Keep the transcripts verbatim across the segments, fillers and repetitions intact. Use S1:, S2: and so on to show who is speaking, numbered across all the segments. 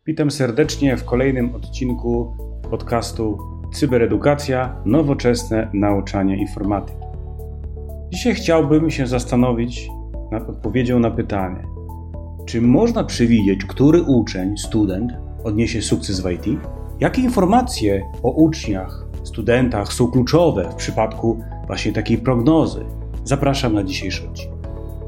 S1: Witam serdecznie w kolejnym odcinku podcastu Cyberedukacja – nowoczesne nauczanie informatyki. Dzisiaj chciałbym się zastanowić nad odpowiedzią na pytanie, czy można przewidzieć, który uczeń, student odniesie sukces w I T? Jakie informacje o uczniach, studentach są kluczowe w przypadku właśnie takiej prognozy? Zapraszam na dzisiejszy odcinek.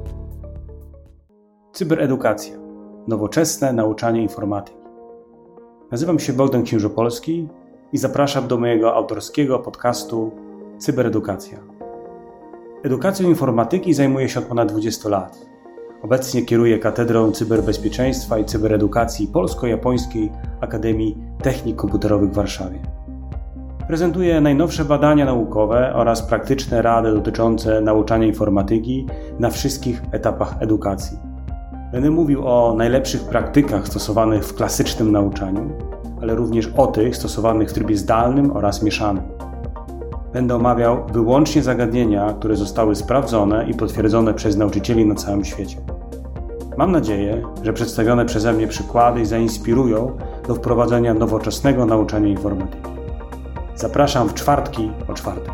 S1: Cyberedukacja – nowoczesne nauczanie informatyki. Nazywam się Bogdan Księżopolski i zapraszam do mojego autorskiego podcastu Cyberedukacja. Edukacją informatyki zajmuję się od ponad dwudziestu lat. Obecnie kieruję Katedrą Cyberbezpieczeństwa i Cyberedukacji Polsko-Japońskiej Akademii Technik Komputerowych w Warszawie. Prezentuję najnowsze badania naukowe oraz praktyczne rady dotyczące nauczania informatyki na wszystkich etapach edukacji. Będę mówił o najlepszych praktykach stosowanych w klasycznym nauczaniu, ale również o tych stosowanych w trybie zdalnym oraz mieszanym. Będę omawiał wyłącznie zagadnienia, które zostały sprawdzone i potwierdzone przez nauczycieli na całym świecie. Mam nadzieję, że przedstawione przeze mnie przykłady zainspirują do wprowadzenia nowoczesnego nauczania informatyki. Zapraszam w czwartki o czwartej.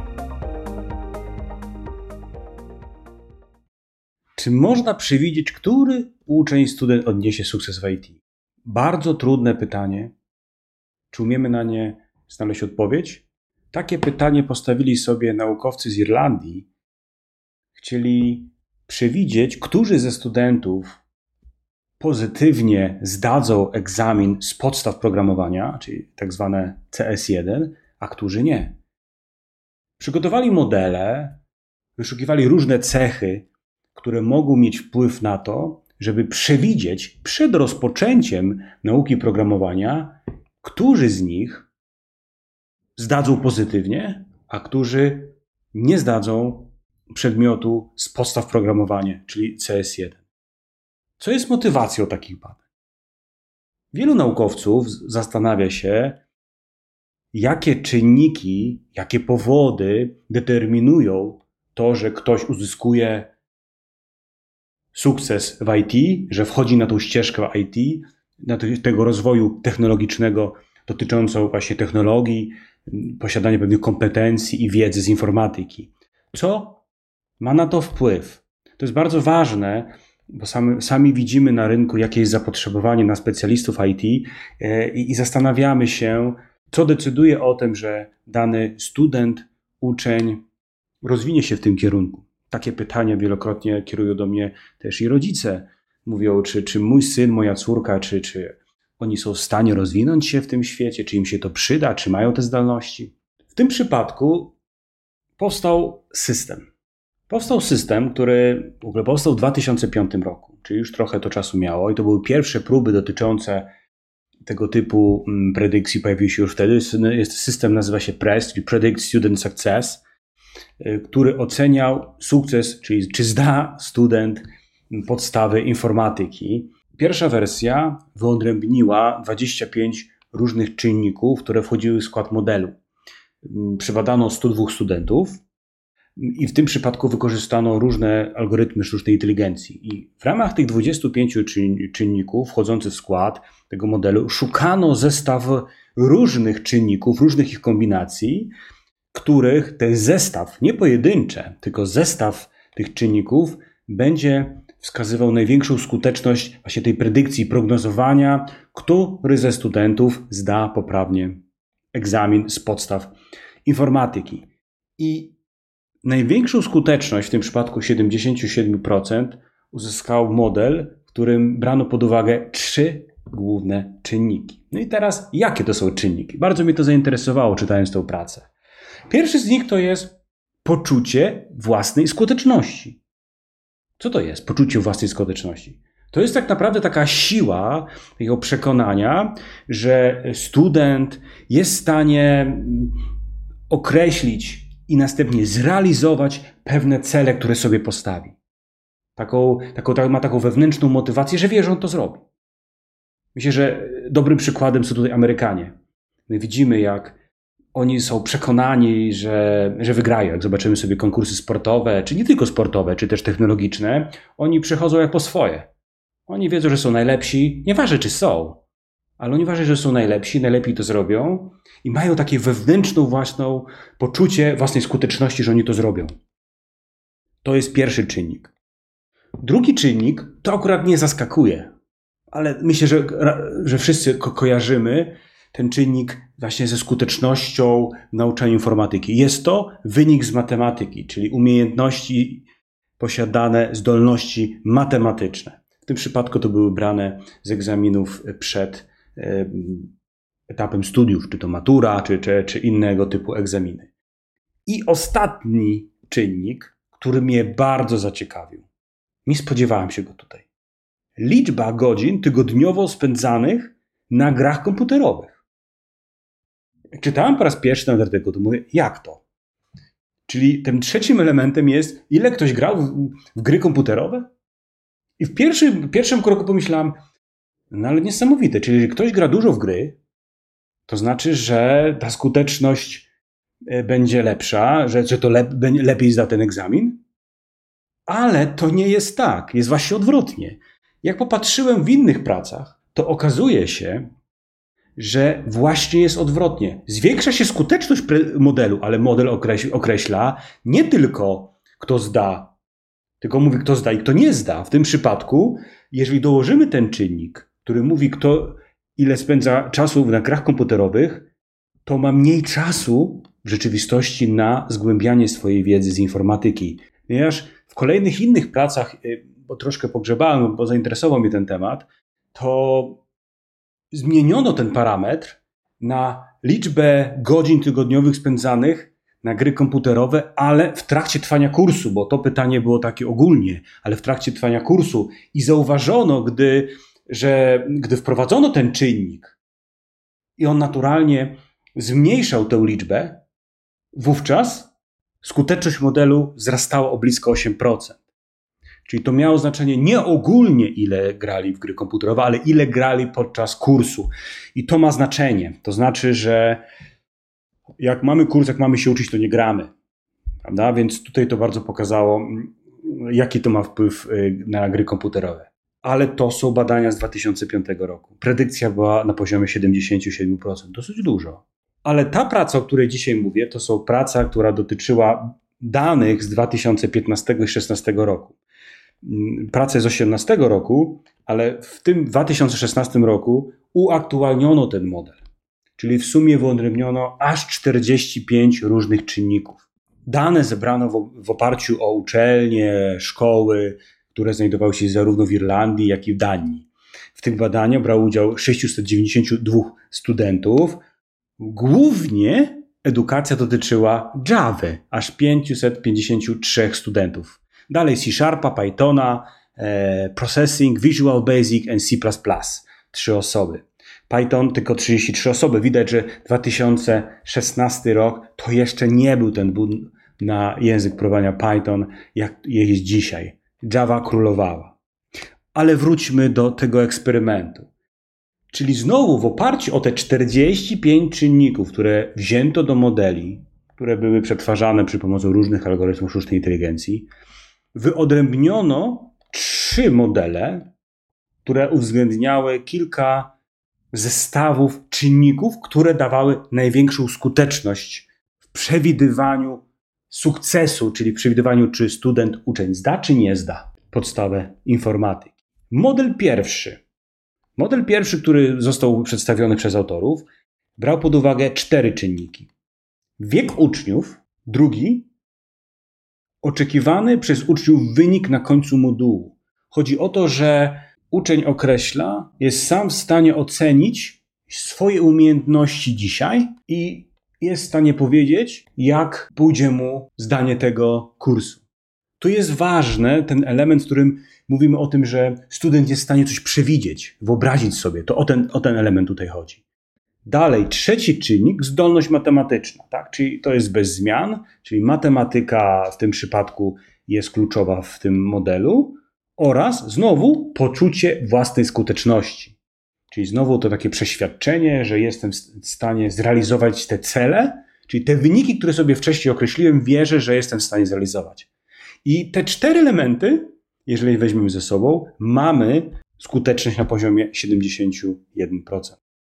S1: Czy można przewidzieć, który uczeń, student odniesie sukces w I T? Bardzo trudne pytanie. Czy umiemy na nie znaleźć odpowiedź? Takie pytanie postawili sobie naukowcy z Irlandii. Chcieli przewidzieć, którzy ze studentów pozytywnie zdadzą egzamin z podstaw programowania, czyli tak zwane C S jeden, a którzy nie. Przygotowali modele, wyszukiwali różne cechy, które mogą mieć wpływ na to, żeby przewidzieć przed rozpoczęciem nauki programowania, którzy z nich zdadzą pozytywnie, a którzy nie zdadzą przedmiotu z podstaw programowania, czyli C S jeden. Co jest motywacją takich badań? Wielu naukowców zastanawia się, jakie czynniki, jakie powody determinują to, że ktoś uzyskuje sukces w I T, że wchodzi na tą ścieżkę w I T, na tego rozwoju technologicznego dotyczącą właśnie technologii, posiadania pewnych kompetencji i wiedzy z informatyki. Co ma na to wpływ? To jest bardzo ważne, bo sami, sami widzimy na rynku, jakie jest zapotrzebowanie na specjalistów I T i, i zastanawiamy się, co decyduje o tym, że dany student, uczeń rozwinie się w tym kierunku. Takie pytania wielokrotnie kierują do mnie też i rodzice. Mówią, czy, czy mój syn, moja córka, czy, czy oni są w stanie rozwinąć się w tym świecie, czy im się to przyda, czy mają te zdolności. W tym przypadku powstał system. Powstał system, który w ogóle powstał w dwa tysiące piątym roku, czyli już trochę to czasu miało i to były pierwsze próby dotyczące tego typu predykcji, pojawił się już wtedy. Jest system, nazywa się P R E S S, czyli Predict Student Success, który oceniał sukces, czyli czy zda student podstawy informatyki. Pierwsza wersja wyodrębniła dwadzieścia pięć różnych czynników, które wchodziły w skład modelu. Przebadano stu dwóch studentów i w tym przypadku wykorzystano różne algorytmy sztucznej inteligencji. I w ramach tych dwudziestu pięciu czynników wchodzących w skład tego modelu szukano zestaw różnych czynników, różnych ich kombinacji, których ten zestaw, nie pojedyncze, tylko zestaw tych czynników będzie wskazywał największą skuteczność właśnie tej predykcji, prognozowania, który ze studentów zda poprawnie egzamin z podstaw informatyki. I największą skuteczność, w tym przypadku siedemdziesiąt siedem procent, uzyskał model, w którym brano pod uwagę trzy główne czynniki. No i teraz, jakie to są czynniki? Bardzo mnie to zainteresowało, czytając tę pracę. Pierwszy z nich to jest poczucie własnej skuteczności. Co to jest poczucie własnej skuteczności? To jest tak naprawdę taka siła takiego przekonania, że student jest w stanie określić i następnie zrealizować pewne cele, które sobie postawi. Taką, taką, ma taką wewnętrzną motywację, że wie, że on to zrobi. Myślę, że dobrym przykładem są tutaj Amerykanie. My widzimy, jak oni są przekonani, że, że wygrają. Jak zobaczymy sobie konkursy sportowe, czy nie tylko sportowe, czy też technologiczne, oni przychodzą jak po swoje. Oni wiedzą, że są najlepsi, nieważne czy są, ale oni uważają, że są najlepsi, najlepiej to zrobią i mają takie wewnętrzną własną poczucie własnej skuteczności, że oni to zrobią. To jest pierwszy czynnik. Drugi czynnik to akurat nie zaskakuje, ale myślę, że, że wszyscy ko- kojarzymy ten czynnik właśnie ze skutecznością w nauczaniu informatyki. Jest to wynik z matematyki, czyli umiejętności posiadane, zdolności matematyczne. W tym przypadku to były brane z egzaminów przed e, etapem studiów, czy to matura, czy, czy, czy innego typu egzaminy. I ostatni czynnik, który mnie bardzo zaciekawił. Nie spodziewałem się go tutaj. Liczba godzin tygodniowo spędzanych na grach komputerowych. Jak czytałem po raz pierwszy ten artykuł, to mówię, jak to? Czyli tym trzecim elementem jest, ile ktoś grał w, w gry komputerowe? I w pierwszym, pierwszym kroku pomyślałem, no ale niesamowite, czyli jeżeli ktoś gra dużo w gry, to znaczy, że ta skuteczność będzie lepsza, że, że to lep, lepiej zda ten egzamin? Ale to nie jest tak, jest właśnie odwrotnie. Jak popatrzyłem w innych pracach, to okazuje się, że właśnie jest odwrotnie. Zwiększa się skuteczność modelu, ale model określa nie tylko kto zda, tylko mówi kto zda i kto nie zda. W tym przypadku, jeżeli dołożymy ten czynnik, który mówi kto ile spędza czasu na grach komputerowych, to ma mniej czasu w rzeczywistości na zgłębianie swojej wiedzy z informatyki. Ponieważ w kolejnych innych pracach, bo troszkę pogrzebałem, bo zainteresował mnie ten temat, to zmieniono ten parametr na liczbę godzin tygodniowych spędzanych na gry komputerowe, ale w trakcie trwania kursu, bo to pytanie było takie ogólnie, ale w trakcie trwania kursu i zauważono, gdy, że gdy wprowadzono ten czynnik i on naturalnie zmniejszał tę liczbę, wówczas skuteczność modelu wzrastała o blisko osiem procent. Czyli to miało znaczenie nie ogólnie, ile grali w gry komputerowe, ale ile grali podczas kursu. I to ma znaczenie. To znaczy, że jak mamy kurs, jak mamy się uczyć, to nie gramy. Prawda? Więc tutaj to bardzo pokazało, jaki to ma wpływ na gry komputerowe. Ale to są badania z dwa tysiące piątego roku. Predykcja była na poziomie siedemdziesiąt siedem procent. Dosyć dużo. Ale ta praca, o której dzisiaj mówię, to są praca, która dotyczyła danych z dwa tysiące piętnastego i dwa tysiące szesnastego roku. Praca z osiemnastego roku, ale w tym dwa tysiące szesnastym roku uaktualniono ten model. Czyli w sumie wyodrębniono aż czterdzieści pięć różnych czynników. Dane zebrano w, w oparciu o uczelnie, szkoły, które znajdowały się zarówno w Irlandii, jak i w Danii. W tych badaniach brało udział sześćset dziewięćdziesiąt dwa studentów. Głównie edukacja dotyczyła Java, aż pięćset pięćdziesiąt trzy studentów. Dalej C Sharpa, Pythona, e, Processing, Visual Basic and C plus plus. Trzy osoby. Python tylko trzydzieści trzy osoby. Widać, że dwa tysiące szesnasty rok to jeszcze nie był ten boom na język programowania Python, jak jest dzisiaj. Java królowała. Ale wróćmy do tego eksperymentu. Czyli znowu w oparciu o te czterdzieści pięć czynników, które wzięto do modeli, które były przetwarzane przy pomocy różnych algorytmów sztucznej inteligencji, wyodrębniono trzy modele, które uwzględniały kilka zestawów czynników, które dawały największą skuteczność w przewidywaniu sukcesu, czyli w przewidywaniu, czy student, uczeń zda, czy nie zda podstawę informatyki. Model pierwszy. Model pierwszy, który został przedstawiony przez autorów, brał pod uwagę cztery czynniki. Wiek uczniów, drugi, oczekiwany przez uczniów wynik na końcu modułu. Chodzi o to, że uczeń określa, jest sam w stanie ocenić swoje umiejętności dzisiaj i jest w stanie powiedzieć, jak pójdzie mu zdanie tego kursu. Tu jest ważny ten element, w którym mówimy o tym, że student jest w stanie coś przewidzieć, wyobrazić sobie. To o ten, o ten element tutaj chodzi. Dalej, trzeci czynnik, zdolność matematyczna, tak? Czyli to jest bez zmian, czyli matematyka w tym przypadku jest kluczowa w tym modelu oraz znowu poczucie własnej skuteczności. Czyli znowu to takie przeświadczenie, że jestem w stanie zrealizować te cele, czyli te wyniki, które sobie wcześniej określiłem, wierzę, że jestem w stanie zrealizować. I te cztery elementy, jeżeli weźmiemy ze sobą, mamy skuteczność na poziomie siedemdziesiąt jeden procent.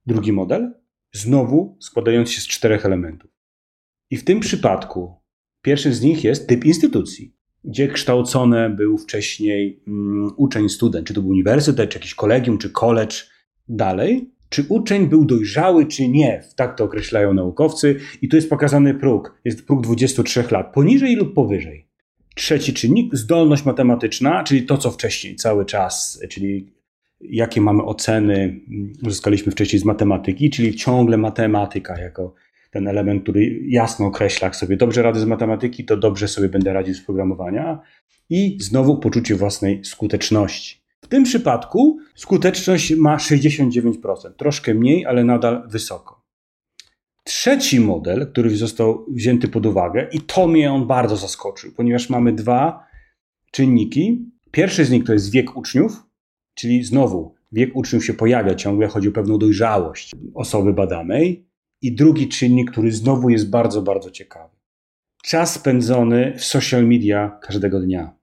S1: Drugi model, znowu składający się z czterech elementów. I w tym przypadku pierwszy z nich jest typ instytucji, gdzie kształcony był wcześniej um, uczeń, student, czy to był uniwersytet, czy jakiś kolegium, czy college. Dalej, czy uczeń był dojrzały, czy nie, tak to określają naukowcy i tu jest pokazany próg, jest próg dwudziestu trzech lat, poniżej lub powyżej. Trzeci czynnik, zdolność matematyczna, czyli to, co wcześniej cały czas, czyli jakie mamy oceny, uzyskaliśmy wcześniej z matematyki, czyli ciągle matematyka jako ten element, który jasno określa, jak sobie dobrze radzę z matematyki, to dobrze sobie będę radził z programowania. I znowu poczucie własnej skuteczności. W tym przypadku skuteczność ma sześćdziesiąt dziewięć procent, troszkę mniej, ale nadal wysoko. Trzeci model, który został wzięty pod uwagę, i to mnie on bardzo zaskoczył, ponieważ mamy dwa czynniki. Pierwszy z nich to jest wiek uczniów, czyli znowu wiek uczniów się pojawia ciągle, chodzi o pewną dojrzałość osoby badanej. I drugi czynnik, który znowu jest bardzo, bardzo ciekawy. Czas spędzony w social media każdego dnia.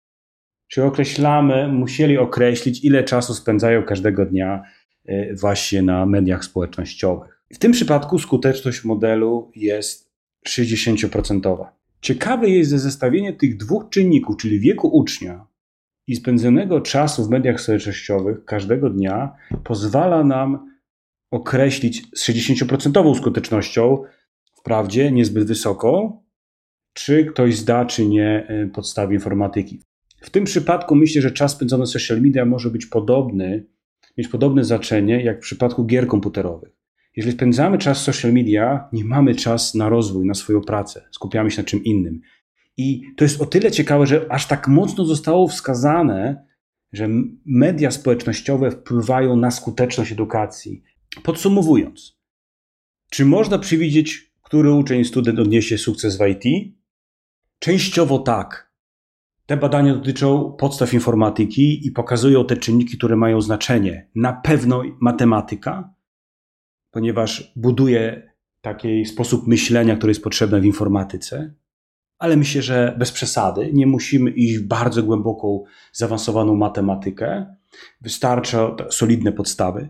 S1: Czy określamy, musieli określić, ile czasu spędzają każdego dnia właśnie na mediach społecznościowych. W tym przypadku skuteczność modelu jest sześćdziesiąt procent. Ciekawe jest zestawienie tych dwóch czynników, czyli wieku ucznia i spędzonego czasu w mediach społecznościowych każdego dnia, pozwala nam określić z sześćdziesiąt procent skutecznością, wprawdzie niezbyt wysoką, czy ktoś zda, czy nie podstawy informatyki. W tym przypadku myślę, że czas spędzony w social media może być podobny, mieć podobne znaczenie jak w przypadku gier komputerowych. Jeżeli spędzamy czas w social media, nie mamy czasu na rozwój, na swoją pracę, skupiamy się na czym innym. I to jest o tyle ciekawe, że aż tak mocno zostało wskazane, że media społecznościowe wpływają na skuteczność edukacji. Podsumowując, czy można przewidzieć, który uczeń, student odniesie sukces w I T? Częściowo tak. Te badania dotyczą podstaw informatyki i pokazują te czynniki, które mają znaczenie. Na pewno matematyka, ponieważ buduje taki sposób myślenia, który jest potrzebny w informatyce, ale myślę, że bez przesady nie musimy iść w bardzo głęboką, zaawansowaną matematykę. Wystarczą solidne podstawy.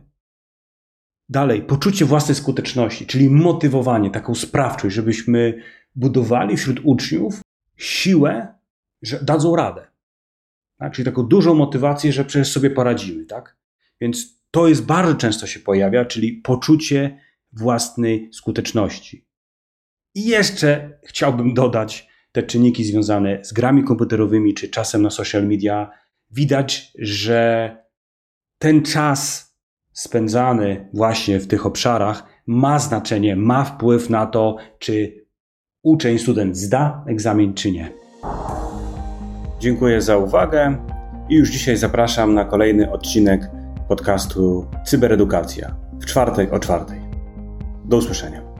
S1: Dalej, poczucie własnej skuteczności, czyli motywowanie, taką sprawczość, żebyśmy budowali wśród uczniów siłę, że dadzą radę. Tak? Czyli taką dużą motywację, że przecież sobie poradzimy. Tak? Więc to jest bardzo często się pojawia, czyli poczucie własnej skuteczności. I jeszcze chciałbym dodać te czynniki związane z grami komputerowymi czy czasem na social media. Widać, że ten czas spędzany właśnie w tych obszarach ma znaczenie, ma wpływ na to, czy uczeń, student zda egzamin, czy nie. Dziękuję za uwagę i już dzisiaj zapraszam na kolejny odcinek podcastu Cyberedukacja w czwartek o czwartej. Do usłyszenia.